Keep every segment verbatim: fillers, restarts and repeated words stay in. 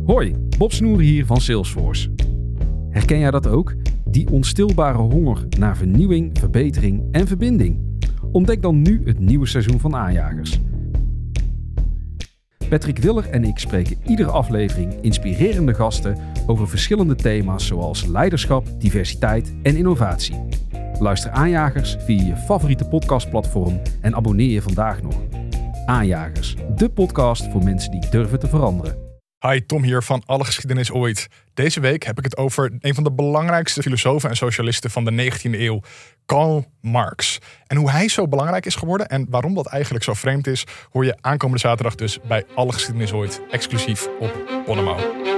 Hoi, Bob Snoer hier van Salesforce. Herken jij dat ook? Die onstilbare honger naar vernieuwing, verbetering en verbinding. Ontdek dan nu het nieuwe seizoen van Aanjagers. Patrick Willer en ik spreken iedere aflevering inspirerende gasten over verschillende thema's zoals leiderschap, diversiteit en innovatie. Luister Aanjagers via je favoriete podcastplatform en abonneer je vandaag nog. Aanjagers, de podcast voor mensen die durven te veranderen. Hi, Tom hier van Alle Geschiedenis Ooit. Deze week heb ik het over een van de belangrijkste filosofen en socialisten van de negentiende eeuw, Karl Marx. En hoe hij zo belangrijk is geworden en waarom dat eigenlijk zo vreemd is, hoor je aankomende zaterdag dus bij Alle Geschiedenis Ooit, exclusief op Podimo.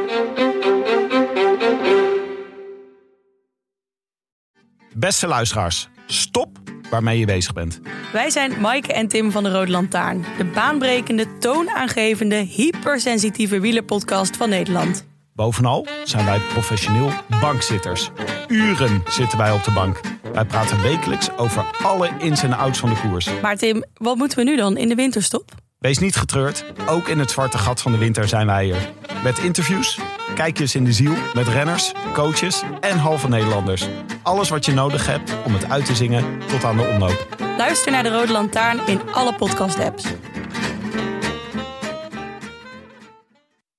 Beste luisteraars, stop waarmee je bezig bent. Wij zijn Maaike en Tim van de Rode Lantaarn. De baanbrekende, toonaangevende, hypersensitieve wielerpodcast van Nederland. Bovenal zijn wij professioneel bankzitters. Uren zitten wij op de bank. Wij praten wekelijks over alle ins en outs van de koers. Maar Tim, wat moeten we nu dan in de winterstop? Wees niet getreurd, ook in het zwarte gat van de winter zijn wij er. Met interviews, kijkjes in de ziel, met renners, coaches en halve Nederlanders. Alles wat je nodig hebt om het uit te zingen tot aan de omloop. Luister naar de Rode Lantaarn in alle podcast-apps.